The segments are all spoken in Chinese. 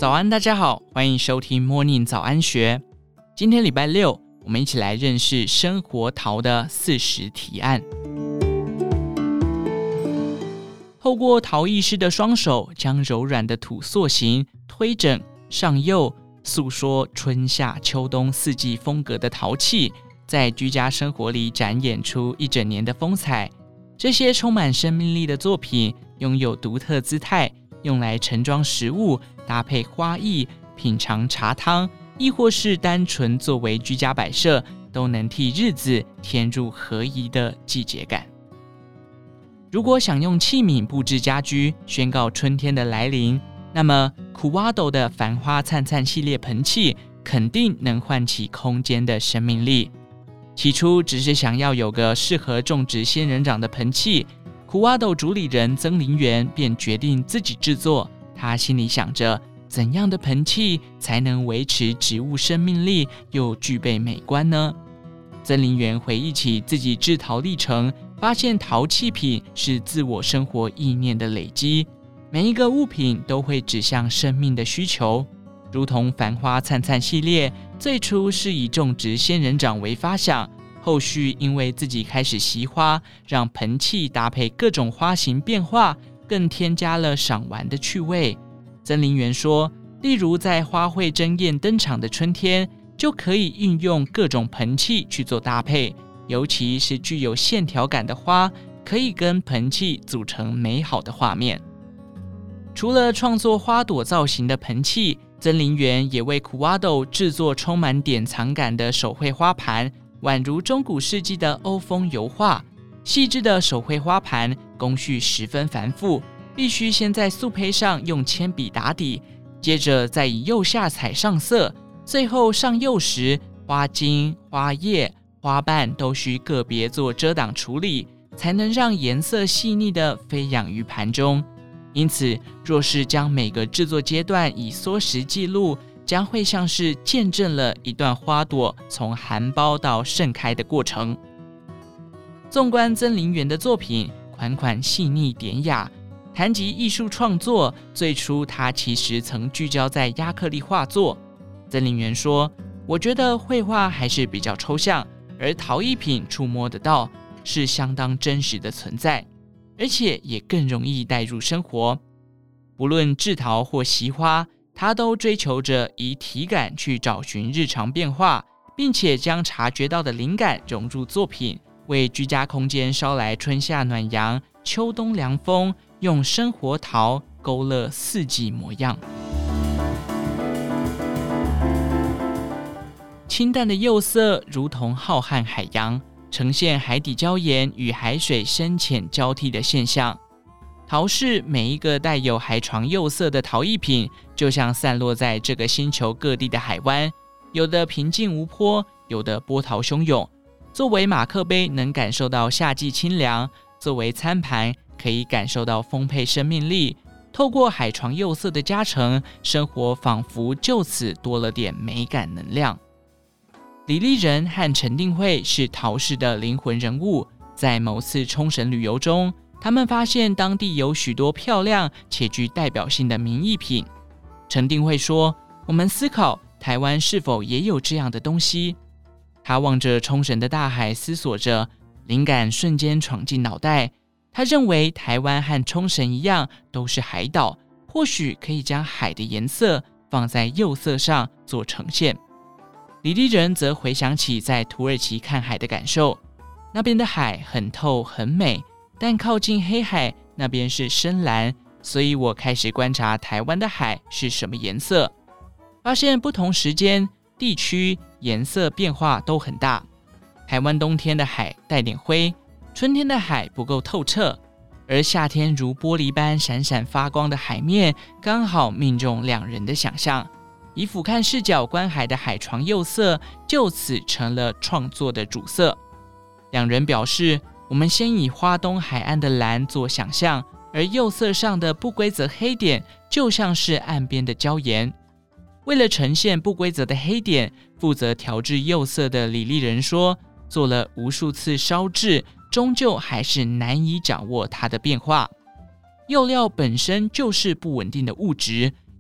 早安，大家好，欢迎收听 Morning 早安学。今天礼拜六，我们一起来认识生活陶的40提案。透过陶艺师的双手，将柔软的土塑形推整上釉，诉说春夏秋冬四季风格的陶器，在居家生活里展演出一整年的风采。这些充满生命力的作品，拥有独特姿态，用来盛装食物，搭配花艺，品尝茶汤，亦或是单纯作为居家摆设，都能替日子添入合宜的季节感。如果想用器皿布置家居，宣告春天的来临，那么苦瓦斗的繁花灿灿系列盆器肯定能唤起空间的生命力。起初只是想要有个适合种植仙人掌的盆器，苦瓦斗主理人曾林元便决定自己制作。他心里想着，怎样的盆器才能维持植物生命力又具备美观呢？曾林元回忆起自己制陶历程，发现陶器品是自我生活意念的累积，每一个物品都会指向生命的需求。如同繁花灿灿系列，最初是以种植仙人掌为发想，后续因为自己开始习花，让盆器搭配各种花型变化，更添加了赏玩的趣味。曾林元说，例如在花卉争艳登场的春天，就可以运用各种盆器去做搭配，尤其是具有线条感的花，可以跟盆器组成美好的画面。除了创作花朵造型的盆器，曾林元也为苦瓦斗制作充满典藏感的手绘花盘，宛如中古世纪的欧风油画。细致的手绘花盘工序十分繁复，必须先在素胚上用铅笔打底，接着再以釉下彩上色，最后上釉时，花茎、花叶、花瓣都需个别做遮挡处理，才能让颜色细腻地飞扬于盘中。因此，若是将每个制作阶段以缩时记录，将会像是见证了一段花朵从含苞到盛开的过程。纵观曾林元的作品，款款细腻典雅。谈及艺术创作，最初他其实曾聚焦在亚克力画作。曾林元说，我觉得绘画还是比较抽象，而陶艺品触摸得到，是相当真实的存在，而且也更容易带入生活。不论制陶或习花，他都追求着以体感去找寻日常变化，并且将察觉到的灵感融入作品，为居家空间捎来春夏暖阳、秋冬凉风，用生活陶勾勒四季模样。清淡的釉色如同浩瀚海洋，呈现海底礁岩与海水深浅交替的现象。陶室每一个带有海床釉色的陶艺品，就像散落在这个星球各地的海湾，有的平静无波，有的波涛汹涌。作为马克杯，能感受到夏季清凉；作为餐盘，可以感受到丰沛生命力。透过海床釉色的加成，生活仿佛就此多了点美感能量。李丽人和陈定慧是陶室的灵魂人物，在某次冲绳旅游中，他们发现当地有许多漂亮且具代表性的名艺品。陈定慧说，我们思考台湾是否也有这样的东西。他望着冲绳的大海思索着，灵感瞬间闯进脑袋。他认为台湾和冲绳一样都是海岛，或许可以将海的颜色放在釉色上做呈现。李丽人则回想起在土耳其看海的感受，那边的海很透很美，但靠近黑海那边是深蓝，所以我开始观察台湾的海是什么颜色，发现不同时间、地区颜色变化都很大。台湾冬天的海带点灰，春天的海不够透彻，而夏天如玻璃般闪闪发光的海面，刚好命中两人的想象。以俯瞰视角观海的海床釉色，就此成了创作的主色。两人表示，我们先以花东海岸的蓝做想象，而釉色上的不规则黑点就像是岸边的礁岩。为了呈现不规则的黑点，负责调制釉色的李丽人说，做了无数次烧制，终究还是难以掌握它的变化。釉料本身就是不稳定的物质，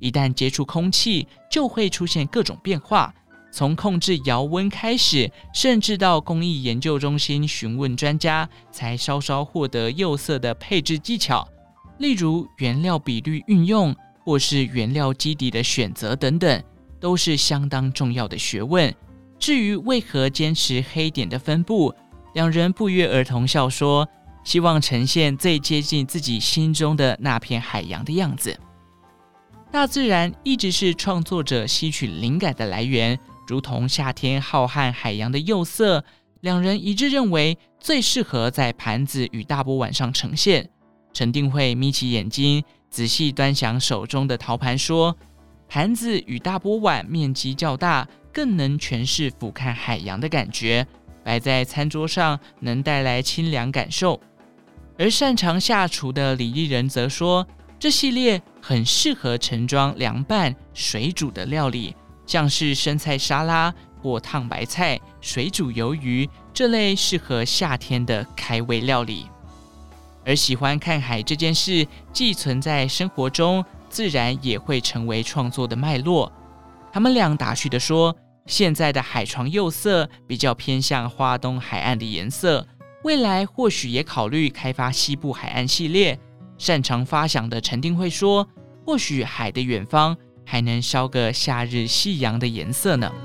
一旦接触空气，就会出现各种变化。从控制窑温开始，甚至到工艺研究中心询问专家，才稍稍获得釉色的配置技巧，例如原料比率运用，或是原料基底的选择等等，都是相当重要的学问。至于为何坚持黑点的分布，两人不约而同笑说，希望呈现最接近自己心中的那片海洋的样子。大自然一直是创作者吸取灵感的来源，如同夏天浩瀚海洋的釉色，两人一致认为最适合在盘子与大钵碗上呈现。陈定慧眯起眼睛，仔细端详手中的陶盘说，盘子与大钵碗面积较大，更能诠释俯瞰海洋的感觉，摆在餐桌上能带来清凉感受。而擅长下厨的李立仁则说，这系列很适合盛装凉拌、水煮的料理，像是生菜沙拉或烫白菜、水煮鱿鱼这类适合夏天的开胃料理。而喜欢看海这件事，既存在生活中，自然也会成为创作的脉络。他们俩打趣地说，现在的海床釉色比较偏向花东海岸的颜色，未来或许也考虑开发西部海岸系列。擅长发想的陈定慧说，或许海的远方还能烧个夏日夕阳的颜色呢。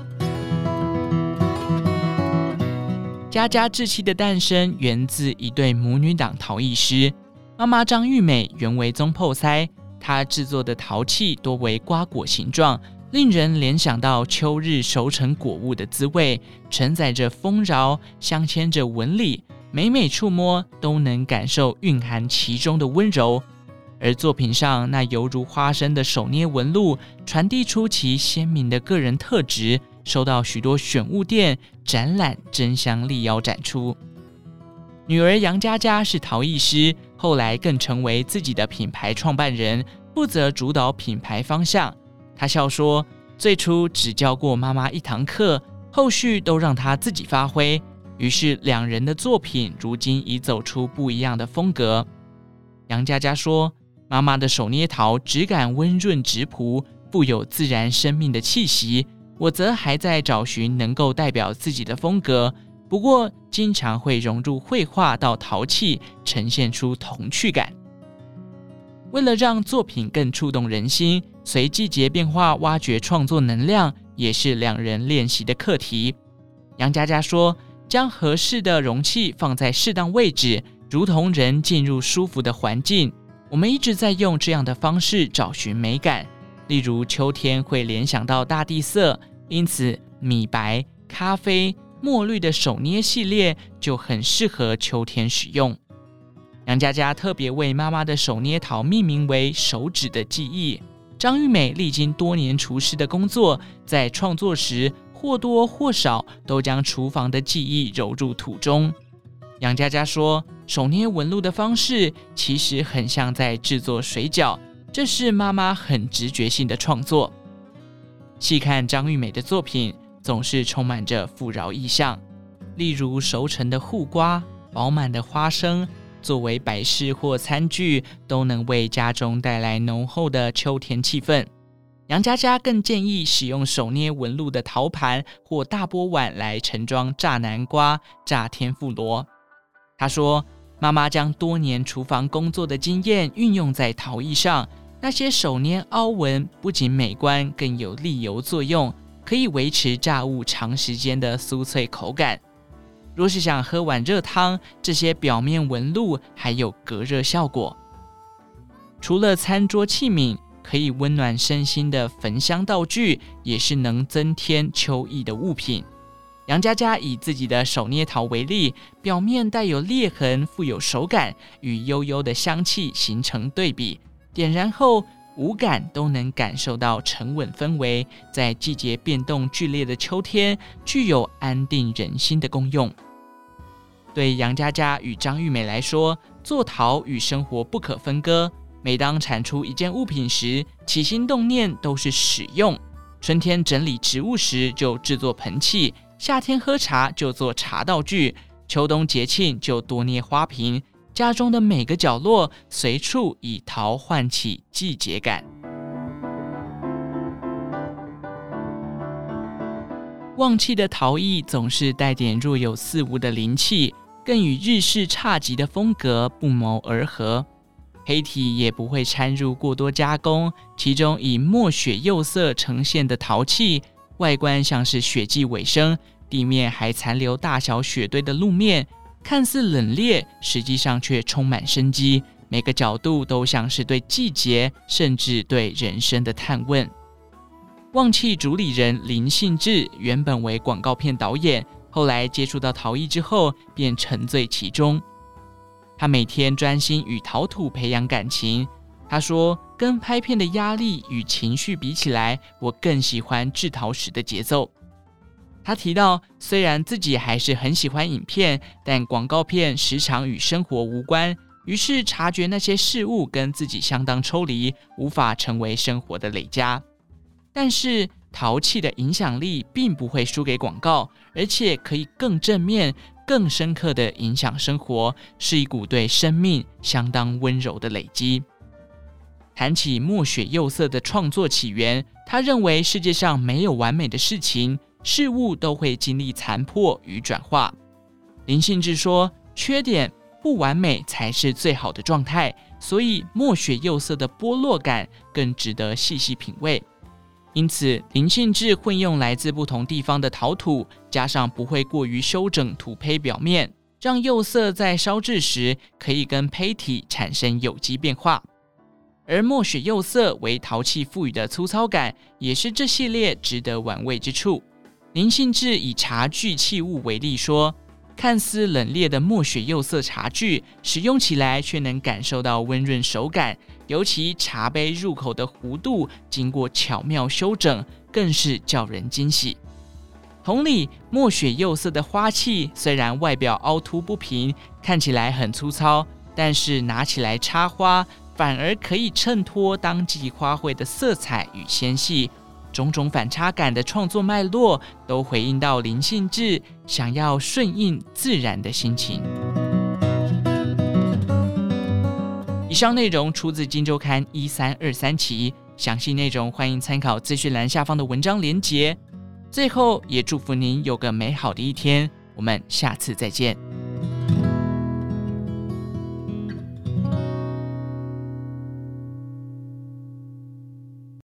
家家志气的诞生源自一对母女档陶艺师，妈妈张玉美原为宗破塞，她制作的陶器多为瓜果形状，令人联想到秋日熟成果物的滋味，承载着丰饶，镶嵌着纹理，每每触摸都能感受蕴含其中的温柔。而作品上那犹如花生的手捏纹路，传递出其鲜明的个人特质，受到许多选物店展览争相力邀展出。女儿杨佳佳是陶艺师，后来更成为自己的品牌创办人，负责主导品牌方向。她笑说，最初只教过妈妈一堂课，后续都让她自己发挥，于是两人的作品如今已走出不一样的风格。杨佳佳说，妈妈的手捏陶质感温润质朴，富有自然生命的气息，我则还在找寻能够代表自己的风格，不过经常会融入绘画到陶器，呈现出童趣感。为了让作品更触动人心，随季节变化挖掘创作能量，也是两人练习的课题。杨佳佳说，将合适的容器放在适当位置，如同人进入舒服的环境。我们一直在用这样的方式找寻美感，例如秋天会联想到大地色，因此米白、咖啡、墨绿的手捏系列就很适合秋天使用。杨佳佳特别为妈妈的手捏陶命名为手指的记忆。张玉美历经多年厨师的工作，在创作时或多或少都将厨房的记忆揉入土中。杨佳佳说，手捏纹路的方式其实很像在制作水饺，这是妈妈很直觉性的创作。细看张玉美的作品，总是充满着富饶意象，例如熟成的护瓜、饱满的花生，作为摆饰或餐具，都能为家中带来浓厚的秋天气氛。杨佳佳更建议使用手捏纹路的陶盘或大钵碗来盛装炸南瓜、炸天妇罗。她说，妈妈将多年厨房工作的经验运用在陶艺上，那些手捏凹纹不仅美观，更有利油作用，可以维持炸物长时间的酥脆口感。若是想喝碗热汤，这些表面纹路还有隔热效果。除了餐桌器皿，可以温暖身心的焚香道具，也是能增添秋意的物品。杨佳佳以自己的手捏陶为例，表面带有裂痕，富有手感，与悠悠的香气形成对比，点燃后五感都能感受到沉稳氛围，在季节变动剧烈的秋天，具有安定人心的功用。对杨佳佳与张玉美来说，做陶与生活不可分割，每当产出一件物品时，起心动念都是使用。春天整理植物时就制作盆器，夏天喝茶就做茶道具，秋冬节庆就多捏花瓶，家中的每个角落随处以陶唤起季节感。 旺气的陶艺总是带点若有似无的灵气，更与日式侘寂的风格不谋而合。胚体也不会掺入过多加工，其中以墨血釉色呈现的陶器，外观像是雪季尾声，地面还残留大小雪堆的路面，看似冷冽，实际上却充满生机，每个角度都像是对季节，甚至对人生的探问。旺气主理人林信志原本为广告片导演，后来接触到陶艺之后，便沉醉其中。他每天专心与陶土培养感情。他说，跟拍片的压力与情绪比起来，我更喜欢制陶时的节奏。他提到，虽然自己还是很喜欢影片，但广告片时常与生活无关，于是察觉那些事物跟自己相当抽离，无法成为生活的累加。但是陶器的影响力并不会输给广告，而且可以更正面、更深刻地影响生活，是一股对生命相当温柔的累积。谈起墨血釉色的创作起源，他认为世界上没有完美的事情，事物都会经历残破与转化。林信志说，缺点不完美才是最好的状态，所以墨血釉色的剥落感更值得细细品味。因此，林信志混用来自不同地方的陶土，加上不会过于修整土坯表面，让釉色在烧制时可以跟胚体产生有机变化。而墨血釉色为陶器赋予的粗糙感，也是这系列值得玩味之处。林信志以茶具器物为例说，看似冷冽的墨血釉色茶具，使用起来却能感受到温润手感，尤其茶杯入口的弧度经过巧妙修整，更是叫人惊喜。同理，墨血釉色的花器虽然外表凹凸不平，看起来很粗糙，但是拿起来插花，反而可以衬托当季花卉的色彩与纤细。种种反差感的创作脉络，都回应到林信志想要顺应自然的心情。以上内容出自《今周刊》1323期，详细内容欢迎参考资讯栏下方的文章连结。最后，也祝福您有个美好的一天，我们下次再见。